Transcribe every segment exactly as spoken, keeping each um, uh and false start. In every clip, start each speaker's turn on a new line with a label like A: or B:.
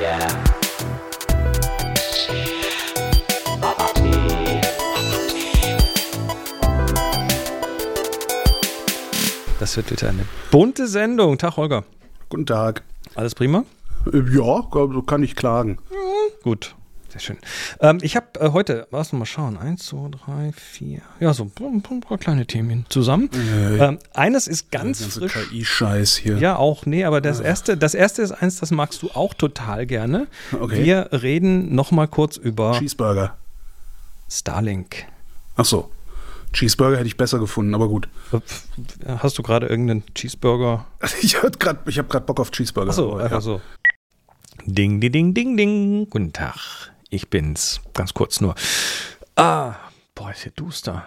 A: Das wird wieder eine bunte Sendung. Tag, Holger.
B: Guten Tag.
A: Alles prima?
B: Ja, so kann ich klagen.
A: Ja, gut, sehr schön. Ähm, ich habe äh, heute, lass mal schauen, eins, zwei, drei, vier, ja, so ein paar kleine Themen zusammen.
B: Äh,
A: ähm, eines ist ganz
B: ganze
A: frisch.
B: K I-Scheiß hier.
A: Ja, auch, nee, aber das erste, das erste ist eins, das magst du auch total gerne.
B: Okay.
A: Wir reden noch mal kurz über
B: Cheeseburger.
A: Starlink.
B: Ach so. Cheeseburger hätte ich besser gefunden, aber gut.
A: Hast du gerade irgendeinen Cheeseburger?
B: Ich habe gerade ich hab grad Bock auf Cheeseburger.
A: Achso,
B: aber,
A: einfach
B: ja.
A: so. Ding, ding, ding, ding, ding. Guten Tag. Ich bin's. Ganz kurz nur. Ah, boah, ist hier duster.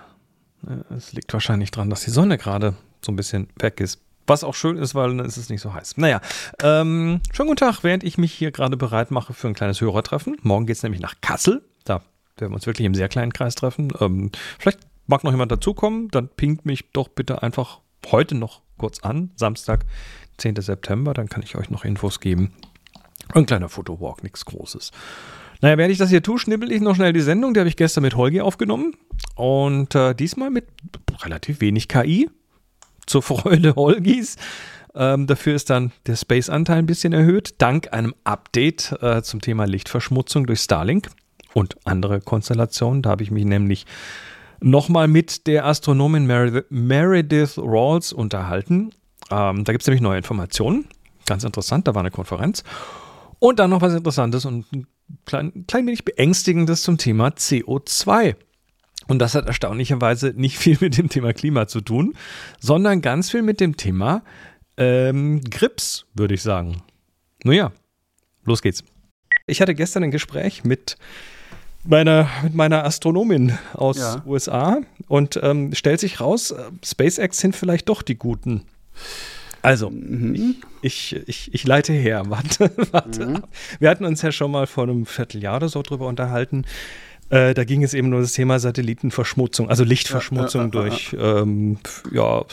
A: Es liegt wahrscheinlich dran, dass die Sonne gerade so ein bisschen weg ist. Was auch schön ist, weil dann ist es nicht so heiß. Naja, ähm, schönen guten Tag, während ich mich hier gerade bereit mache für ein kleines Hörertreffen. Morgen geht's nämlich nach Kassel. Da werden wir uns wirklich im sehr kleinen Kreis treffen. Ähm, vielleicht mag noch jemand dazukommen, dann pingt mich doch bitte einfach heute noch kurz an. Samstag, zehnten September, dann kann ich euch noch Infos geben. Ein kleiner Fotowalk, nichts Großes. Naja, während ich das hier tue, schnibbel ich noch schnell die Sendung. Die habe ich gestern mit Holgi aufgenommen. Und äh, diesmal mit relativ wenig K I. Zur Freude Holgis. Ähm, dafür ist dann der Space-Anteil ein bisschen erhöht. Dank einem Update äh, zum Thema Lichtverschmutzung durch Starlink und andere Konstellationen. Da habe ich mich nämlich nochmal mit der Astronomin Meredith, Meredith Rawls unterhalten. Ähm, da gibt es nämlich neue Informationen. Ganz interessant, da war eine Konferenz. Und dann noch was Interessantes und ein klein, klein wenig Beängstigendes zum Thema C O zwei. Und das hat erstaunlicherweise nicht viel mit dem Thema Klima zu tun, sondern ganz viel mit dem Thema ähm, Grips, würde ich sagen. Nun ja, los geht's. Ich hatte gestern ein Gespräch mit meiner, mit meiner Astronomin aus
B: Ja.
A: U S A und ähm, stellt sich raus, äh, SpaceX sind vielleicht doch die Guten. Also,
B: Mhm.
A: ich, ich, ich, ich leite her. Warte, warte.
B: Mhm.
A: Wir hatten uns ja schon mal vor einem Vierteljahr oder so drüber unterhalten. Äh, da ging es eben nur um das Thema Satellitenverschmutzung, also Lichtverschmutzung
B: Ja, ja, ja,
A: durch ähm, ja,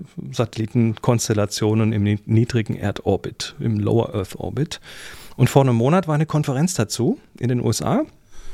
A: Satellitenkonstellationen im ni- niedrigen Erdorbit, im Lower Earth Orbit. Und vor einem Monat war eine Konferenz dazu in den U S A.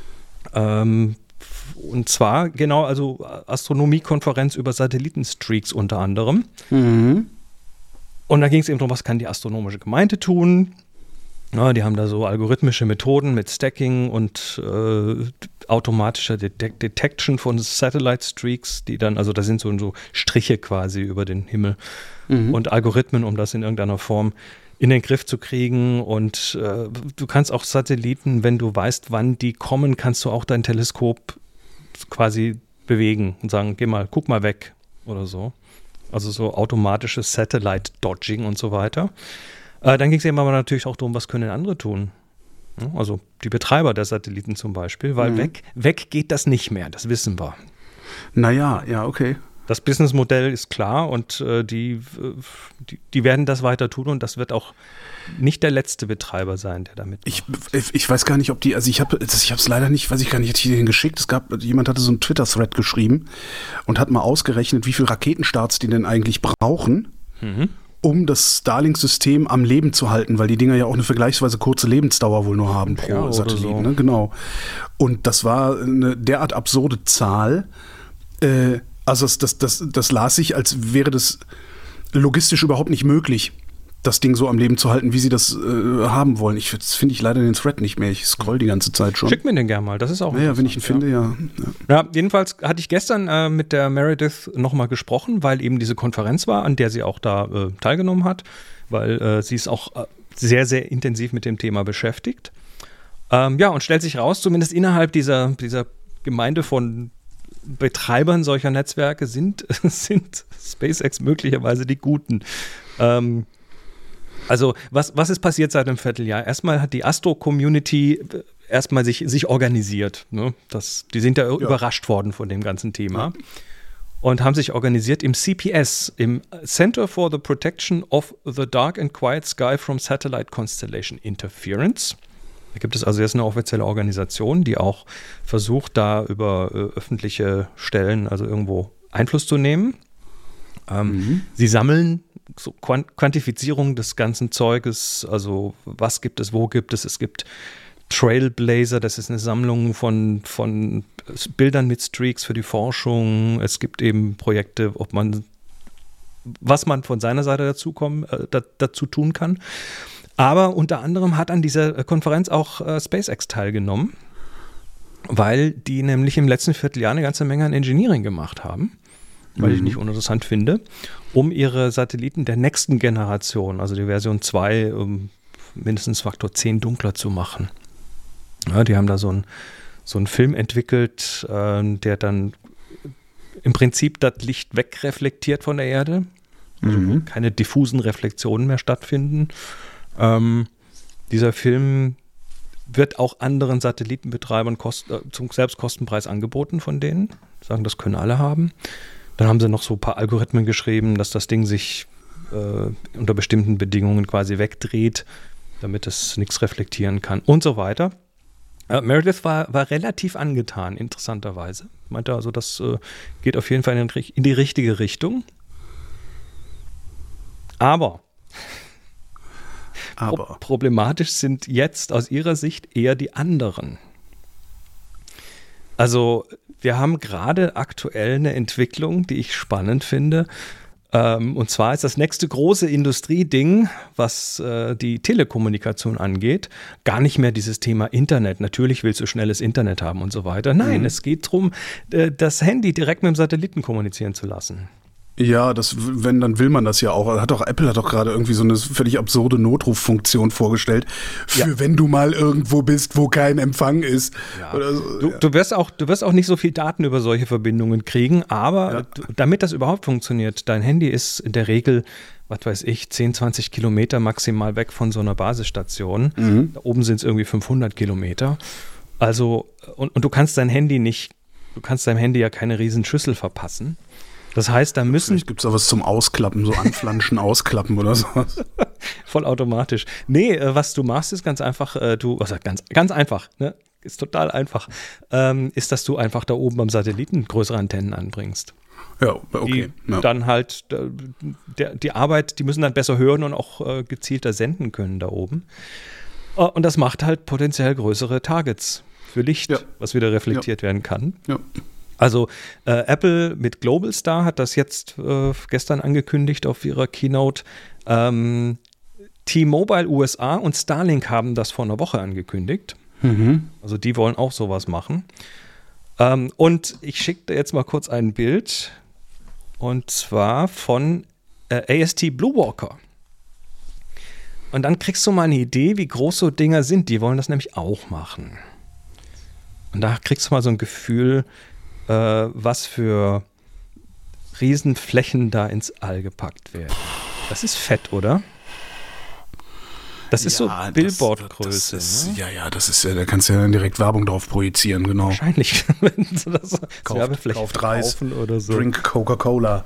A: Ähm, und zwar genau, also Astronomiekonferenz über Satellitenstreaks unter anderem.
B: Mhm.
A: Und da ging es eben darum, was kann die astronomische Gemeinde tun? Ja, die haben da so algorithmische Methoden mit Stacking und äh, automatischer Detec- Detection von Satellite Streaks, die dann, also da sind so, so Striche quasi über den Himmel
B: Mhm.
A: und Algorithmen, um das in irgendeiner Form in den Griff zu kriegen. Und äh, du kannst auch Satelliten, wenn du weißt, wann die kommen, kannst du auch dein Teleskop quasi bewegen und sagen, geh mal, guck mal weg oder so. Also so automatisches Satellite-Dodging und so weiter. Äh, dann ging es eben aber natürlich auch darum, was können andere tun. Ja, also die Betreiber der Satelliten zum Beispiel, weil
B: Mhm.
A: weg, weg geht das nicht mehr, das wissen wir.
B: Naja, ja, okay.
A: Das Businessmodell ist klar und äh, die, äh, die, die werden das weiter tun und das wird auch nicht der letzte Betreiber sein, der damit
B: Ich, ich weiß gar nicht, ob die, also ich habe ich habe es leider nicht, weiß ich gar nicht, hätte ich denen geschickt. Es gab, jemand hatte so einen Twitter-Thread geschrieben und hat mal ausgerechnet, wie viele Raketenstarts die denn eigentlich brauchen,
A: Mhm.
B: um das Starlink-System am Leben zu halten, weil die Dinger ja auch eine vergleichsweise kurze Lebensdauer wohl nur haben pro
A: Ja, oder
B: Satellit,
A: so.
B: ne? Genau. Und das war eine derart absurde Zahl. Äh, also das, das, das, das las ich, als wäre das logistisch überhaupt nicht möglich, das Ding so am Leben zu halten, wie sie das äh, haben wollen. Ich, das finde ich leider den Thread nicht mehr. Ich scroll die ganze Zeit schon.
A: Schick mir den gerne mal, das ist auch
B: Naja, wenn ich ihn
A: interessant,
B: finde, ja. ja.
A: Ja, jedenfalls hatte ich gestern äh, mit der Meredith nochmal gesprochen, weil eben diese Konferenz war, an der sie auch da äh, teilgenommen hat, weil äh, sie ist auch äh, sehr, sehr intensiv mit dem Thema beschäftigt. Ähm, ja, und stellt sich raus, zumindest innerhalb dieser, dieser Gemeinde von Betreibern solcher Netzwerke sind, sind SpaceX möglicherweise die Guten. Ähm, also was, was ist passiert seit einem Vierteljahr? Erstmal hat die Astro-Community erstmal sich, sich organisiert. Ne? Das, die sind ja, ja überrascht worden von dem ganzen Thema. Ja. Und haben sich organisiert im C P S, im Center for the Protection of the Dark and Quiet Sky from Satellite Constellation Interference. Da gibt es also jetzt eine offizielle Organisation, die auch versucht, da über äh, öffentliche Stellen, also irgendwo Einfluss zu nehmen. Ähm, mhm. Sie sammeln so Quantifizierung des ganzen Zeuges, also was gibt es, wo gibt es, es gibt Trailblazer, das ist eine Sammlung von, von Bildern mit Streaks für die Forschung, es gibt eben Projekte, ob man, was man von seiner Seite dazu, kommen, äh, da, dazu tun kann, aber unter anderem hat an dieser Konferenz auch äh, SpaceX teilgenommen, weil die nämlich im letzten Vierteljahr eine ganze Menge an Engineering gemacht haben, weil mhm. ich nicht uninteressant finde, um ihre Satelliten der nächsten Generation, also die Version zwei, um mindestens Faktor zehn dunkler zu machen. Ja, die haben da so einen so einen Film entwickelt, äh, der dann im Prinzip das Licht wegreflektiert von der Erde, also mhm. keine diffusen Reflexionen mehr stattfinden. Ähm, dieser Film wird auch anderen Satellitenbetreibern kost, äh, zum Selbstkostenpreis angeboten von denen. Sagen, das können alle haben. Dann haben sie noch so ein paar Algorithmen geschrieben, dass das Ding sich äh, unter bestimmten Bedingungen quasi wegdreht, damit es nichts reflektieren kann und so weiter. Äh, Meredith war, war relativ angetan, interessanterweise. Meinte also, das äh, geht auf jeden Fall in, in die richtige Richtung. Aber,
B: Aber.
A: Pro- problematisch sind jetzt aus ihrer Sicht eher die anderen. Also wir haben gerade aktuell eine Entwicklung, die ich spannend finde. Ähm, und zwar ist das nächste große Industrieding, was äh, die Telekommunikation angeht, gar nicht mehr dieses Thema Internet. Natürlich willst du schnelles Internet haben und so weiter. Nein, mhm. es geht darum, äh, das Handy direkt mit dem Satelliten kommunizieren zu lassen.
B: Ja, das, wenn, dann will man das ja auch. Hat doch, Apple hat doch gerade irgendwie so eine völlig absurde Notruffunktion vorgestellt, für ja. wenn du mal irgendwo bist, wo kein Empfang ist.
A: Ja.
B: Oder so.
A: du,
B: ja.
A: du, wirst auch, du wirst auch nicht so viel Daten über solche Verbindungen kriegen, aber ja. du, damit das überhaupt funktioniert, dein Handy ist in der Regel, was weiß ich, zehn, zwanzig Kilometer maximal weg von so einer Basisstation. Mhm. Da oben sind es irgendwie fünfhundert Kilometer. Also, und, und du kannst dein Handy nicht, du kannst deinem Handy ja keine riesen Schüssel verpassen. Das heißt, da müssen...
B: Vielleicht gibt es auch was zum Ausklappen, so anflanschen, ausklappen oder sowas.
A: Vollautomatisch. Nee, äh, was du machst, ist ganz einfach, äh, du, was heißt ganz, ganz einfach, ne? Ist total einfach, ähm, ist, dass du einfach da oben beim Satelliten größere Antennen anbringst.
B: Ja, okay.
A: Die
B: ja.
A: dann halt, äh, der, die Arbeit, die müssen dann besser hören und auch äh, gezielter senden können da oben. Uh, und das macht halt potenziell größere Targets für Licht, ja. was wieder reflektiert ja. werden kann.
B: Ja.
A: Also äh, Apple mit Globalstar hat das jetzt äh, gestern angekündigt auf ihrer Keynote. Ähm, T-Mobile U S A und Starlink haben das vor einer Woche angekündigt. Mhm. Also die wollen auch sowas machen. Ähm, und ich schicke dir jetzt mal kurz ein Bild. Und zwar von äh, A S T Bluewalker. Und dann kriegst du mal eine Idee, wie groß so Dinger sind. Die wollen das nämlich auch machen. Und da kriegst du mal so ein Gefühl, äh, was für Riesenflächen da ins All gepackt werden. Das ist fett, oder? Das ist ja, so Billboard-Größe.
B: Ne?
A: Ja,
B: ja, das ist ja, da kannst du ja dann direkt Werbung drauf projizieren, genau.
A: Wahrscheinlich, wenn sie das
B: kauft, kauft Reis,
A: oder so.
B: Drink Coca-Cola.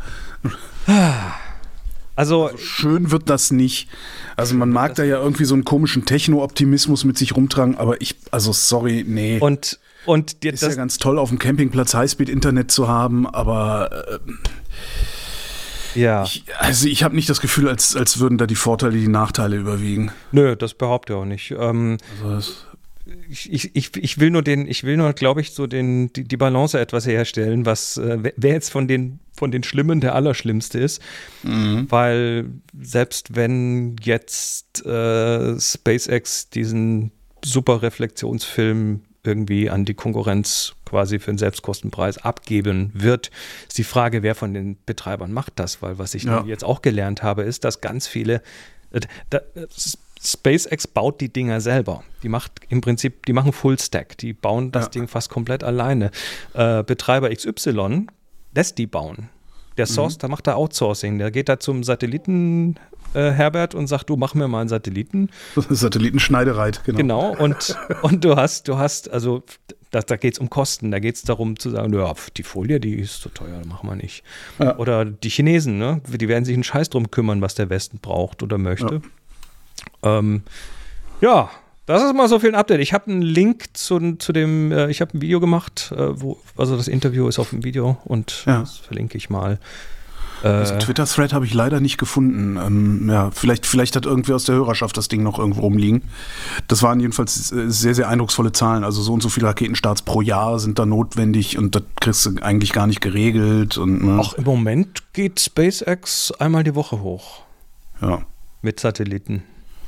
A: Also,
B: also schön wird das nicht. Also man mag da ja irgendwie so einen komischen Techno-Optimismus mit sich rumtragen, aber ich, also sorry, nee.
A: Und, und dir,
B: ist
A: das
B: ja ganz toll, auf dem Campingplatz Highspeed-Internet zu haben, aber äh,
A: ja.
B: Ich, also ich habe nicht das Gefühl, als, als würden da die Vorteile, die Nachteile überwiegen.
A: Nö, das behaupte ich auch nicht. Ähm,
B: also das
A: ich, ich, ich, ich will nur den, ich will nur, glaube ich, so den, die, die Balance etwas herstellen, was äh, wer jetzt von den, von den Schlimmen der Allerschlimmste ist. Mhm. Weil selbst wenn jetzt äh, SpaceX diesen super Reflexionsfilm irgendwie an die Konkurrenz quasi für den Selbstkostenpreis abgeben wird, ist die Frage, wer von den Betreibern macht das, weil was ich ja. jetzt auch gelernt habe, ist, dass ganz viele äh, da, SpaceX baut die Dinger selber. Die macht im Prinzip, die machen Full-Stack, die bauen das ja. Ding fast komplett alleine. Äh, Betreiber X Y lässt die bauen. Der Source, mhm. da macht er Outsourcing, der geht da zum Satelliten Äh, Herbert und sagt, du mach mir mal einen Satelliten.
B: Satellitenschneiderei, genau.
A: Genau, und, und du hast, du hast, also da, da geht es um Kosten, da geht es darum zu sagen, ja, die Folie, die ist so teuer, machen wir nicht. Ja. Oder die Chinesen, ne, die werden sich einen Scheiß drum kümmern, was der Westen braucht oder möchte. Ja, ähm, ja das ist mal so viel ein Update. Ich habe einen Link zu, zu dem, äh, ich habe ein Video gemacht, äh, wo, also das Interview ist auf dem Video und ja. das verlinke ich mal.
B: Also Twitter-Thread habe ich leider nicht gefunden. Ähm, ja, vielleicht, vielleicht hat irgendwer aus der Hörerschaft das Ding noch irgendwo rumliegen. Das waren jedenfalls sehr, sehr eindrucksvolle Zahlen. Also so und so viele Raketenstarts pro Jahr sind da notwendig und das kriegst du eigentlich gar nicht geregelt. Und, ne?
A: Auch im Moment geht SpaceX einmal die Woche hoch.
B: Ja.
A: Mit Satelliten.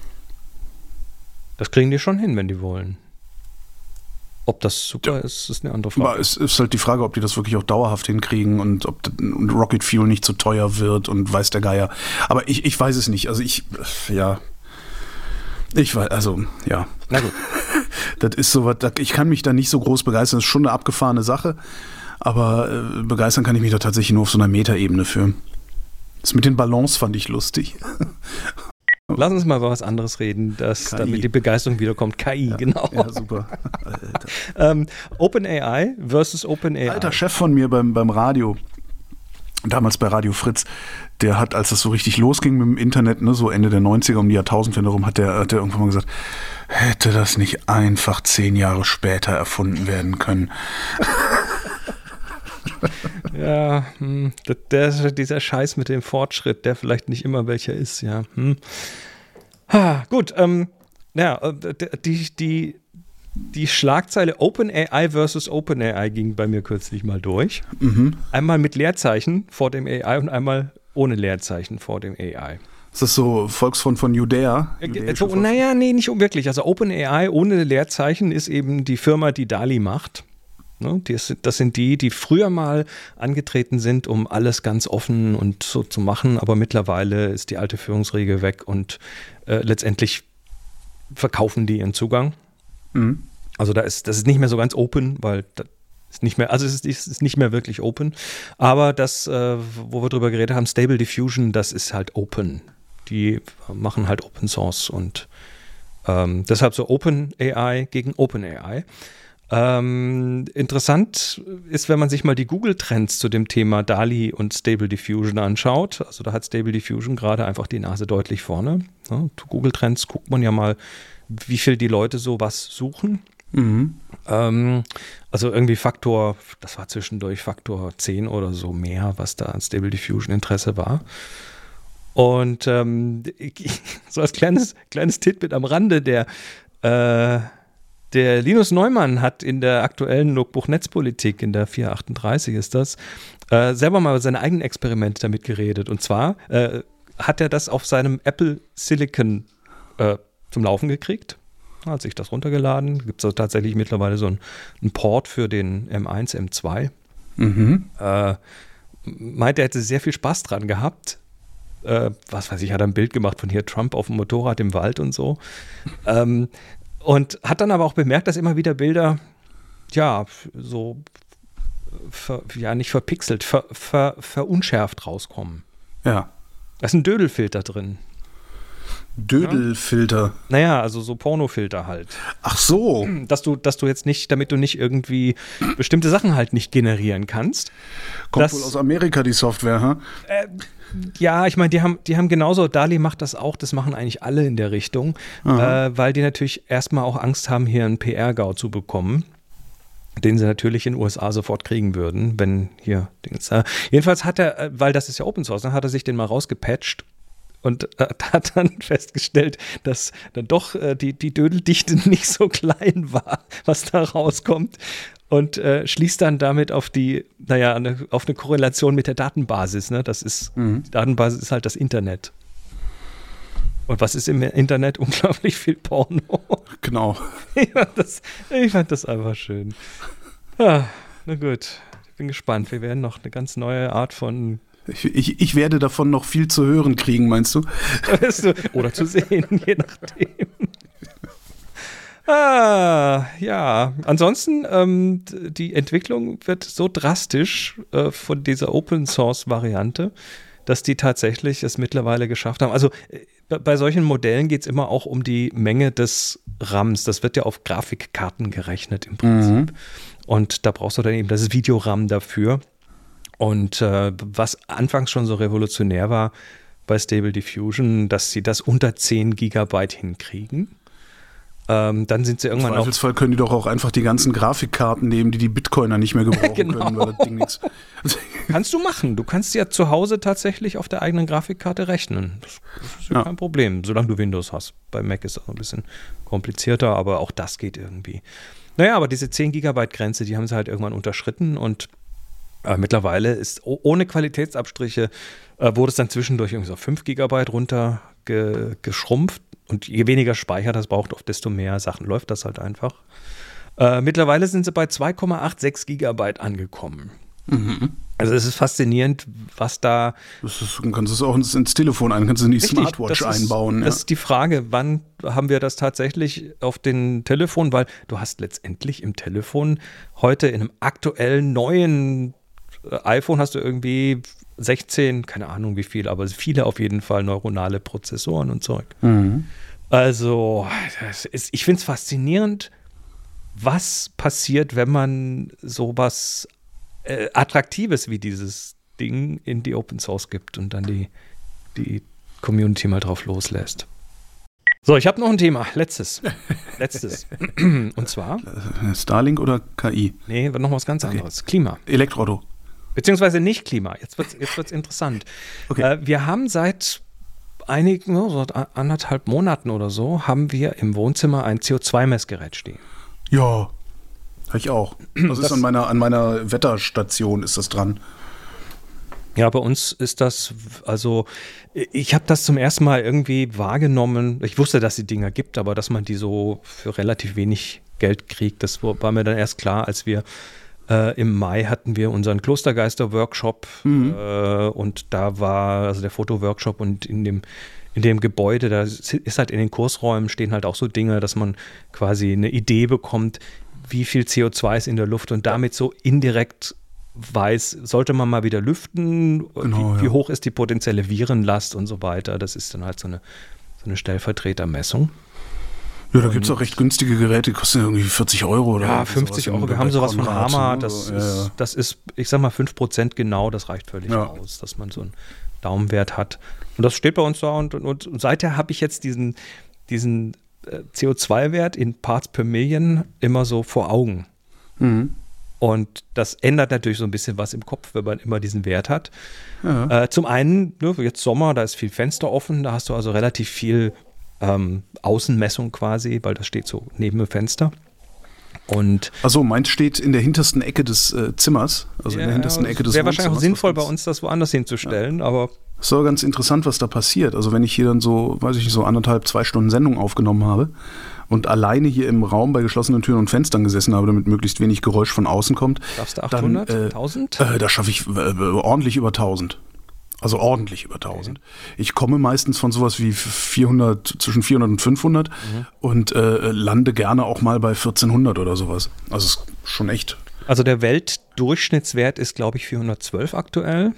A: Das kriegen die schon hin, wenn die wollen. Ob das super ja. ist, ist eine andere Frage.
B: Aber es ist halt die Frage, ob die das wirklich auch dauerhaft hinkriegen und ob und Rocket Fuel nicht zu teuer wird und weiß der Geier. Aber ich, ich weiß es nicht. Also ich, ja, ich weiß, also, ja.
A: Na gut.
B: Das ist so was, ich kann mich da nicht so groß begeistern. Das ist schon eine abgefahrene Sache. Aber äh, begeistern kann ich mich da tatsächlich nur auf so einer Metaebene für. Das mit den Ballons fand ich lustig.
A: Lass uns mal über was anderes reden, dass damit die Begeisterung wiederkommt. K I,
B: ja,
A: genau.
B: Ja, super.
A: ähm, OpenAI versus OpenAI.
B: Alter Chef von mir beim, beim Radio, damals bei Radio Fritz, der hat, als das so richtig losging mit dem Internet, ne, so Ende der neunziger, um die Jahrtausendwende rum, hat der, hat der irgendwann mal gesagt, hätte das nicht einfach zehn Jahre später erfunden werden können.
A: Ja, hm, der, der, dieser Scheiß mit dem Fortschritt, der vielleicht nicht immer welcher ist, ja. Hm. Ha, gut, ähm, ja, die, die, die Schlagzeile OpenAI versus OpenAI ging bei mir kürzlich mal durch.
B: Mhm.
A: Einmal mit Leerzeichen vor dem A I und einmal ohne Leerzeichen vor dem A I.
B: Ist das so Volksfront von Judäa?
A: So, naja, nee, nicht wirklich. Also OpenAI ohne Leerzeichen ist eben die Firma, die DALL-E macht. Ne, das, das sind die, die früher mal angetreten sind, um alles ganz offen und so zu machen, aber mittlerweile ist die alte Führungsriege weg und äh, letztendlich verkaufen die ihren Zugang.
B: Mhm.
A: Also da ist, das ist nicht mehr so ganz open, weil das ist nicht mehr, also es ist, es ist nicht mehr wirklich open, aber das, äh, wo wir drüber geredet haben, Stable Diffusion, das ist halt open. Die machen halt Open Source und ähm, deshalb so OpenAI gegen OpenAI. Ähm, interessant ist, wenn man sich mal die Google-Trends zu dem Thema DALL-E und Stable Diffusion anschaut. Also da hat Stable Diffusion gerade einfach die Nase deutlich vorne. Ja, zu Google-Trends guckt man ja mal, wie viel die Leute so was suchen.
B: Mhm.
A: Ähm, also irgendwie Faktor, das war zwischendurch Faktor zehn oder so mehr, was da an Stable Diffusion Interesse war. Und ähm, so als kleines, kleines Titbit am Rande, der äh, Der Linus Neumann hat in der aktuellen Logbuch Netzpolitik, in der vier achtunddreißig ist das, äh, selber mal über seine eigenen Experimente damit geredet. Und zwar äh, hat er das auf seinem Apple Silicon äh, zum Laufen gekriegt. Hat sich das runtergeladen. Gibt es also tatsächlich mittlerweile so einen Port für den M eins, M zwei.
B: Mhm.
A: Äh, meint, er hätte sehr viel Spaß dran gehabt. Äh, was weiß ich, hat er ein Bild gemacht von hier Trump auf dem Motorrad im Wald und so. ähm, Und hat dann aber auch bemerkt, dass immer wieder Bilder, ja, so, ver, ja, nicht verpixelt, ver, ver, verunschärft rauskommen.
B: Ja.
A: Da ist ein Dödelfilter drin.
B: Dödelfilter?
A: Ja? Naja, also so Pornofilter halt.
B: Ach so.
A: Dass du, dass du jetzt nicht, damit du nicht irgendwie bestimmte Sachen halt nicht generieren kannst.
B: Kommt
A: das,
B: wohl aus Amerika, die Software, ha?
A: Äh, Ja, ich meine, die haben, die haben genauso, DALL-E macht das auch, das machen eigentlich alle in der Richtung, äh, weil die natürlich erstmal auch Angst haben, hier einen P R-Gau zu bekommen, den sie natürlich in den U S A sofort kriegen würden, wenn hier Dings. Äh, jedenfalls hat er, weil das ist ja Open Source, dann hat er sich den mal rausgepatcht und äh, hat dann festgestellt, dass dann doch äh, die, die Dödeldichte nicht so klein war, was da rauskommt. Und äh, schließt dann damit auf die, naja, eine, auf eine Korrelation mit der Datenbasis. Ne? Das ist,
B: mhm.
A: Die Datenbasis ist halt das Internet. Und was ist im Internet? Unglaublich viel Porno.
B: Genau.
A: Ich fand das, ich fand das einfach schön. Ah, na gut, ich bin gespannt. Wir werden noch eine ganz neue Art von
B: Ich, ich, ich werde davon noch viel zu hören kriegen, meinst du?
A: Oder zu sehen, je nachdem. Ah, ja. Ansonsten, ähm, die Entwicklung wird so drastisch äh, von dieser Open-Source-Variante, dass die tatsächlich es mittlerweile geschafft haben. Also äh, bei solchen Modellen geht es immer auch um die Menge des RAMs. Das wird ja auf Grafikkarten gerechnet im Prinzip. Mhm. Und da brauchst du dann eben das Videoram dafür. Und äh, was anfangs schon so revolutionär war bei Stable Diffusion, dass sie das unter zehn Gigabyte hinkriegen. Ähm, dann sind sie irgendwann
B: Im Zweifelsfall können die doch auch einfach die ganzen Grafikkarten nehmen, die die Bitcoiner nicht mehr gebrauchen
A: genau.
B: können, weil das Ding nichts.
A: Kannst du machen. Du kannst ja zu Hause tatsächlich auf der eigenen Grafikkarte rechnen. Das, das ist ja, ja kein Problem, solange du Windows hast. Bei Mac ist das ein bisschen komplizierter, aber auch das geht irgendwie. Naja, aber diese zehn Gigabyte Grenze, die haben sie halt irgendwann unterschritten und äh, mittlerweile ist oh, ohne Qualitätsabstriche äh, wurde es dann zwischendurch irgendwie so auf fünf Gigabyte runter ge, geschrumpft. Und je weniger Speicher das braucht, oft desto mehr Sachen läuft das halt einfach. Äh, mittlerweile sind sie bei zwei Komma sechsundachtzig Gigabyte angekommen. Mhm. Also es ist faszinierend, was da...
B: Das ist, du kannst es auch ins, ins Telefon ein, kannst du in die Richtig, Smartwatch
A: das ist,
B: einbauen.
A: Das
B: ja.
A: ist die Frage, wann haben wir das tatsächlich auf den Telefon? Weil du hast letztendlich im Telefon heute in einem aktuellen, neuen iPhone hast du irgendwie sechzehn, keine Ahnung wie viel, aber viele auf jeden Fall neuronale Prozessoren und Zeug. Mhm. Also, das ist, ich finde es faszinierend, was passiert, wenn man sowas äh, Attraktives wie dieses Ding in die Open Source gibt und dann die, die Community mal drauf loslässt. So, ich habe noch ein Thema. Letztes. Letztes. Und zwar?
B: Starlink oder K I?
A: Nee, noch was ganz anderes. Okay. Klima.
B: Elektroauto.
A: Beziehungsweise nicht Klima. Jetzt wird es jetzt wird's interessant. Okay. Äh, wir haben seit einigen, so anderthalb Monaten oder so, haben wir im Wohnzimmer ein C O zwei Messgerät stehen.
B: Ja, habe ich auch. Das, das ist an meiner, an meiner Wetterstation ist das dran.
A: Ja, bei uns ist das, also ich habe das zum ersten Mal irgendwie wahrgenommen. Ich wusste, dass es die Dinger gibt, aber dass man die so für relativ wenig Geld kriegt, das war mir dann erst klar, als wir Äh, im Mai hatten wir unseren Klostergeister-Workshop mhm. äh, und da war also der Fotoworkshop und in dem, in dem Gebäude, da ist halt in den Kursräumen stehen halt auch so Dinge, dass man quasi eine Idee bekommt, wie viel C O zwei ist in der Luft und damit so indirekt weiß, sollte man mal wieder lüften,
B: genau,
A: wie,
B: ja.
A: wie hoch ist die potenzielle Virenlast und so weiter. Das ist dann halt so eine, so eine Stellvertretermessung.
B: Ja, da gibt es auch recht günstige Geräte, die kosten irgendwie vierzig Euro oder
A: Ja, fünfzig Euro. Wir haben sowas von Hammer. Das,
B: ja,
A: ist,
B: ja.
A: das ist, ich sag mal, fünf Prozent genau. Das reicht völlig ja. aus, dass man so einen Daumenwert hat. Und das steht bei uns da. Und, und, und seither habe ich jetzt diesen, diesen äh, C O zwei Wert in Parts per Million immer so vor Augen. Mhm. Und das ändert natürlich so ein bisschen was im Kopf, wenn man immer diesen Wert hat. Ja. Äh, zum einen, ne, jetzt Sommer, da ist viel Fenster offen. Da hast du also relativ viel Ähm, Außenmessung quasi, weil das steht so neben dem Fenster. Und
B: Achso, meins steht in der hintersten Ecke des äh, Zimmers, also
A: ja,
B: in der hintersten Ecke des Wohnzimmers.
A: Wäre wahrscheinlich auch sinnvoll bei uns, das woanders hinzustellen, ja. aber
B: es ist aber ganz interessant, was da passiert. Also wenn ich hier dann so, weiß ich nicht, so anderthalb, zwei Stunden Sendung aufgenommen habe und alleine hier im Raum bei geschlossenen Türen und Fenstern gesessen habe, damit möglichst wenig Geräusch von außen kommt.
A: Darfst du achthundert,
B: dann, äh,
A: tausend?
B: Äh, da schaffe ich äh, ordentlich über tausend. Also ordentlich über tausend. Okay. Ich komme meistens von sowas wie vierhundert, zwischen vierhundert und fünfhundert mhm. und äh, lande gerne auch mal bei vierzehnhundert oder sowas. Also ist schon echt.
A: Also der Weltdurchschnittswert ist, glaube ich, vierhundertzwölf aktuell.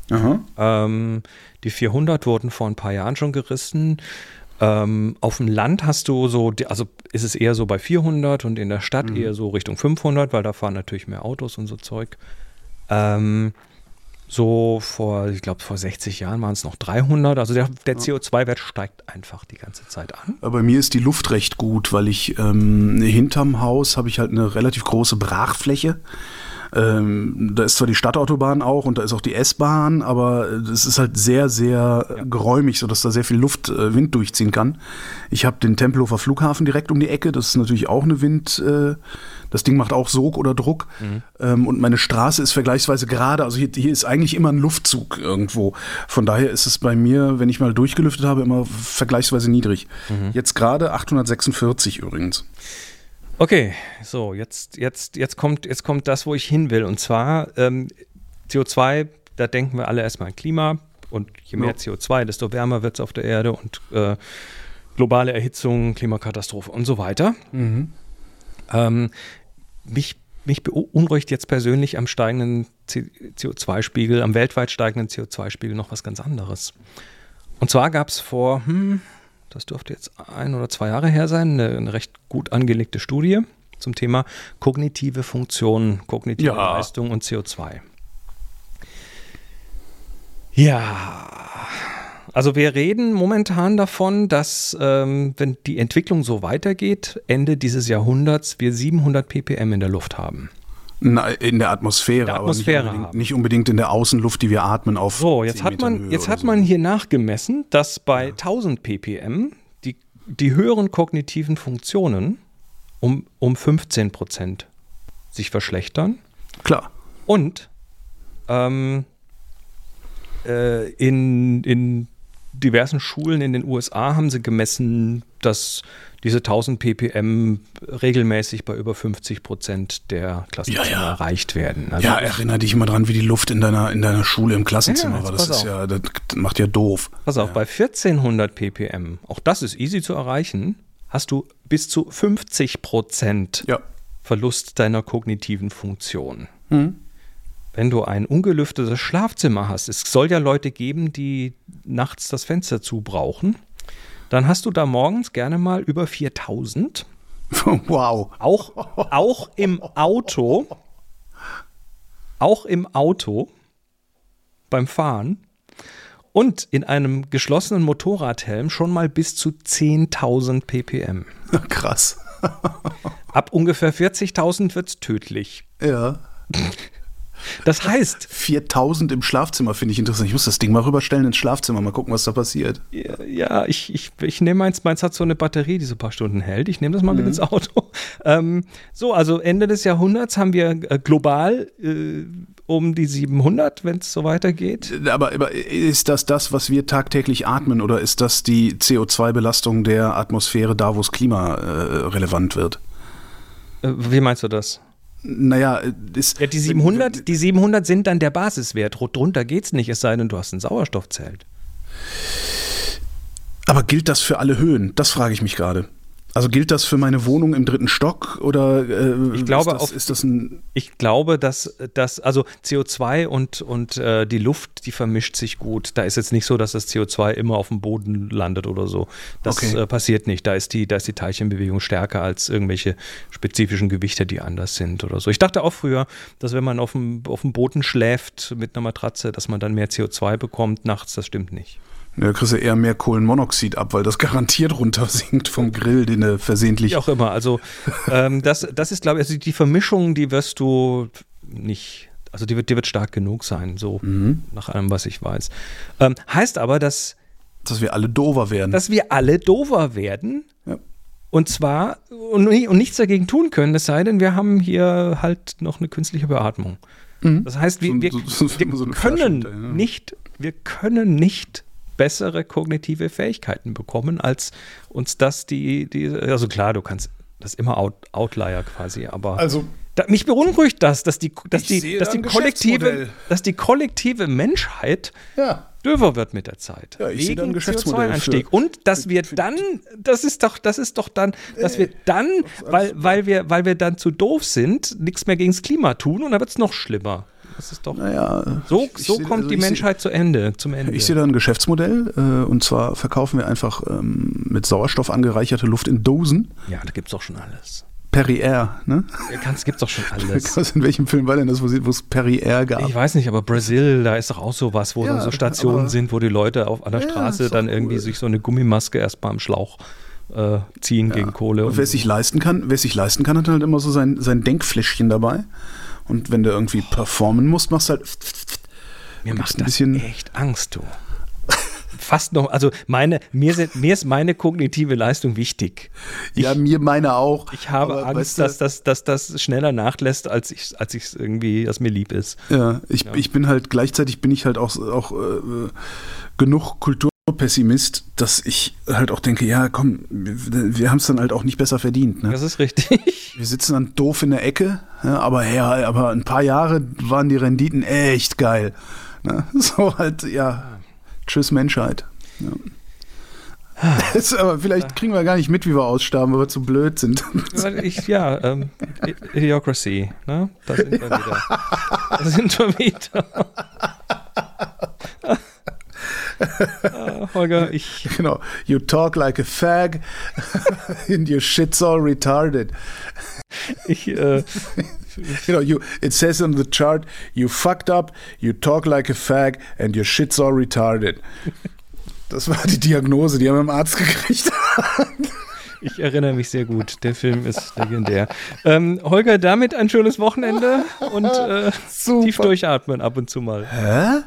A: Ähm, die vierhundert wurden vor ein paar Jahren schon gerissen. Ähm, auf dem Land hast du so, also ist es eher so bei vierhundert und in der Stadt mhm. eher so Richtung fünfhundert, weil da fahren natürlich mehr Autos und so Zeug. Ähm, So vor, ich glaube, vor sechzig Jahren waren es noch dreihundert. Also der, der C O zwei Wert steigt einfach die ganze Zeit an.
B: Aber bei mir ist die Luft recht gut, weil ich ähm, hinterm Haus habe ich halt eine relativ große Brachfläche. Ähm, da ist zwar die Stadtautobahn auch und da ist auch die S-Bahn, aber es ist halt sehr, sehr ja. geräumig, sodass da sehr viel Luft, äh, Wind durchziehen kann. Ich habe den Tempelhofer Flughafen direkt um die Ecke, das ist natürlich auch eine Wind, äh, das Ding macht auch Sog oder Druck. Mhm. Ähm, und meine Straße ist vergleichsweise gerade, also hier, hier ist eigentlich immer ein Luftzug irgendwo. Von daher ist es bei mir, wenn ich mal durchgelüftet habe, immer vergleichsweise niedrig. Mhm. Jetzt gerade achthundertsechsundvierzig übrigens.
A: Okay, so, jetzt, jetzt, jetzt, kommt, jetzt kommt das, wo ich hin will. Und zwar ähm, C O zwei, da denken wir alle erstmal an Klima. Und je mehr ja. C O zwei, desto wärmer wird es auf der Erde und äh, globale Erhitzung, Klimakatastrophe und so weiter. Mhm. Ähm, mich, mich beunruhigt jetzt persönlich am steigenden C O zwei Spiegel, am weltweit steigenden C O zwei Spiegel noch was ganz anderes. Und zwar gab es vor... Hm, das dürfte jetzt ein oder zwei Jahre her sein, eine, eine recht gut angelegte Studie zum Thema kognitive Funktionen, kognitive ja. Leistung und C O zwei. Ja, Also wir reden momentan davon, dass, ähm, wenn die Entwicklung so weitergeht, Ende dieses Jahrhunderts wir siebenhundert ppm in der Luft haben.
B: Na, in der Atmosphäre,
A: der Atmosphäre
B: aber nicht unbedingt, nicht unbedingt in der Außenluft, die wir atmen auf
A: So, jetzt
B: zehn
A: hat man,
B: Metern
A: jetzt
B: Höhe
A: hat
B: oder
A: man
B: so.
A: hier nachgemessen, dass bei tausend ppm die, die höheren kognitiven Funktionen um, um fünfzehn Prozent sich verschlechtern.
B: Klar.
A: Und ähm, äh, in, in diversen Schulen in den U S A haben sie gemessen, dass diese tausend ppm regelmäßig bei über fünfzig Prozent der Klassenzimmer
B: Ja, ja.
A: erreicht werden. Also
B: Ja, erinnere dich mal dran, wie die Luft in deiner, in deiner Schule im Klassenzimmer
A: Ja,
B: war.
A: jetzt
B: Das
A: pass
B: ist
A: auf.
B: ja, das macht ja doof.
A: Pass auf,
B: ja.
A: bei vierzehnhundert ppm, auch das ist easy zu erreichen, hast du bis zu fünfzig Prozent
B: Ja.
A: Verlust deiner kognitiven Funktion.
B: Hm.
A: Wenn du ein ungelüftetes Schlafzimmer hast, es soll ja Leute geben, die nachts das Fenster zu brauchen, dann hast du da morgens gerne mal über viertausend.
B: Wow.
A: Auch, auch im Auto, auch im Auto beim Fahren und in einem geschlossenen Motorradhelm schon mal bis zu zehntausend ppm.
B: Krass.
A: Ab ungefähr vierzigtausend wird es tödlich.
B: Ja.
A: Das heißt,
B: viertausend im Schlafzimmer finde ich interessant. Ich muss das Ding mal rüberstellen ins Schlafzimmer, mal gucken, was da passiert.
A: ja, ja ich, ich, ich nehme meins, meins hat so eine Batterie, die so ein paar Stunden hält. Ich nehme das mal mit ins Auto. Ähm, so, also Ende des Jahrhunderts haben wir äh, global äh, um die siebenhundert, wenn es so weitergeht.
B: Aber, aber ist das das, was wir tagtäglich atmen, oder ist das die C O zwei Belastung der Atmosphäre da, wo es klimarelevant wird?
A: Äh, wie meinst du das?
B: Naja, ist,
A: Ja, die siebenhundert, die siebenhundert sind dann der Basiswert. Drunter geht's nicht, es sei denn, du hast ein Sauerstoffzelt.
B: Aber gilt das für alle Höhen? Das frage ich mich gerade. Also gilt das für meine Wohnung im dritten Stock oder äh,
A: Ich glaube,
B: ist, das,
A: auf-
B: ist das ein...
A: Ich glaube, dass das, also C O zwei und, und äh, die Luft, die vermischt sich gut. Da ist jetzt nicht so, dass das C O zwei immer auf dem Boden landet oder so. Das
B: Okay.
A: äh, passiert nicht. Da ist, die, da ist die Teilchenbewegung stärker als irgendwelche spezifischen Gewichte, die anders sind oder so. Ich dachte auch früher, dass wenn man auf dem, auf dem Boden schläft mit einer Matratze, dass man dann mehr C O zwei bekommt nachts. Das stimmt nicht.
B: Ja, da kriegst du eher mehr Kohlenmonoxid ab, weil das garantiert runtersinkt vom Grill, den du versehentlich...
A: Wie auch immer. Also ähm, das, das ist, glaube ich, also die Vermischung, die wirst du nicht, also die wird, die wird stark genug sein, so
B: Mhm.
A: nach allem, was ich weiß. Ähm, heißt aber, dass,
B: Dass wir alle dover werden.
A: dass wir alle dover werden.
B: Ja.
A: Und zwar, und, ni- und nichts dagegen tun können, es sei denn, wir haben hier halt noch eine künstliche Beatmung.
B: Mhm.
A: Das heißt, wir,
B: So-
A: wir,
B: so- so-
A: wir
B: so eine
A: können
B: Flasche, ja.
A: nicht, wir können nicht bessere kognitive Fähigkeiten bekommen, als uns das die, die also klar, du kannst das ist immer Out, Outlier quasi, aber
B: Also,
A: da, mich beunruhigt das, dass die, dass
B: Ich
A: die,
B: sehe
A: dass
B: da
A: die
B: ein
A: kollektive,
B: Geschäftsmodell.
A: dass die kollektive Menschheit
B: ja.
A: döver wird mit der Zeit.
B: Ja, ich sehe da ein
A: wegen
B: Geschäftsmodell
A: C O zwei Einstieg.
B: für-
A: Und dass wir dann, das ist doch, das ist doch dann, dass wir dann, weil, weil wir, weil wir dann zu doof sind, nichts mehr gegen das Klima tun und dann wird es noch schlimmer. Das ist doch.
B: Naja,
A: So,
B: ich- ich
A: so
B: sehe-
A: kommt
B: also
A: die
B: ich sehe-
A: Menschheit zu Ende, zum Ende.
B: Ich sehe da ein Geschäftsmodell, äh, und zwar verkaufen wir einfach ähm, mit Sauerstoff angereicherte Luft in Dosen.
A: ja, da gibt's doch schon alles.
B: Perrier, ne?
A: Da gibt's doch schon alles.
B: In welchem Film war denn das, wo sie- wo es Perrier gab?
A: Ich weiß nicht, aber Brasil, da ist doch auch sowas, wo
B: Ja,
A: dann so Stationen
B: aber-
A: sind, wo die Leute auf an der
B: Ja,
A: Straße
B: ist doch
A: dann irgendwie
B: cool.
A: sich so eine Gummimaske erstmal am Schlauch äh, ziehen gegen Kohle.
B: Und wer es sich leisten kann, wer es sich leisten kann, hat halt immer so sein, sein Denkfläschchen dabei. Und wenn du irgendwie performen musst, machst du halt.
A: Mir
B: gibt's
A: macht
B: ein
A: das
B: bisschen-
A: echt Angst, du. Fast noch, also meine, mir, sind, mir ist meine kognitive Leistung wichtig. Ich,
B: Ja, mir meine auch.
A: ich habe
B: Aber,
A: Angst,
B: weißt du,
A: dass, dass, dass das schneller nachlässt, als ich als ich irgendwie, als mir lieb ist.
B: Ja, ich,
A: Ja.
B: ich bin halt, gleichzeitig bin ich halt auch, auch äh, genug Kulturpessimist, dass ich halt auch denke, ja komm, wir, wir haben es dann halt auch nicht besser verdient. Ne?
A: Das ist richtig.
B: Wir sitzen dann doof in der Ecke, ja, aber ja, aber ein paar Jahre waren die Renditen echt geil. Ne? So halt, ja, tschüss Menschheit. Ja. Das, aber vielleicht kriegen wir gar nicht mit, wie wir aussterben, weil wir zu blöd sind.
A: Weil ich, ja, ähm, I- Idiocracy, ne? Da sind wir wieder. Da sind wir wieder. Ah, Holger, ich.
B: Genau. You talk like a fag and your shit's all retarded.
A: ich äh,
B: You know, you, it says on the chart, you fucked up, you talk like a fag and your shit's all retarded. Das war die Diagnose, die er mit dem Arzt gekriegt hat.
A: Ich erinnere mich sehr gut. Der Film ist legendär. Ähm, Holger, damit ein schönes Wochenende und äh, tief durchatmen ab und zu mal.
B: Hä?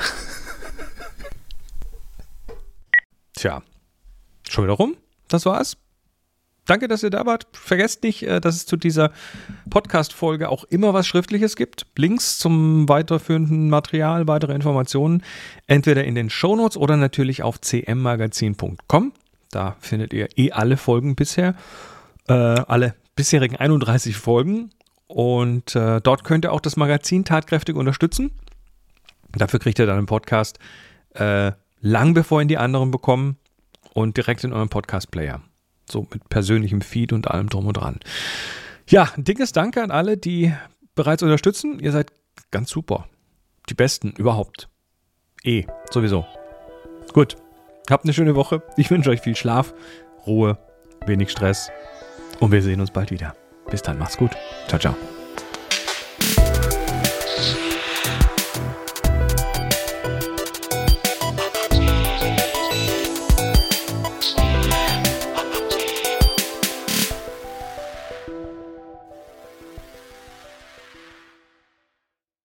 A: Tja, schon wieder rum. Das war's. Danke, dass ihr da wart. Vergesst nicht, dass es zu dieser Podcast-Folge auch immer was Schriftliches gibt. Links zum weiterführenden Material, weitere Informationen, entweder in den Shownotes oder natürlich auf c m magazin punkt com. Da findet ihr eh alle Folgen bisher, äh, alle bisherigen einunddreißig Folgen. Und äh, dort könnt ihr auch das Magazin tatkräftig unterstützen. Dafür kriegt ihr dann einen Podcast äh, lang bevor ihn die anderen bekommen und direkt in eurem Podcast-Player. So mit persönlichem Feed und allem drum und dran. Ja, ein dickes Danke an alle, die bereits unterstützen. Ihr seid ganz super. Die Besten überhaupt. Eh, sowieso. Gut, habt eine schöne Woche. Ich wünsche euch viel Schlaf, Ruhe, wenig Stress und wir sehen uns bald wieder. Bis dann, macht's gut. Ciao, ciao.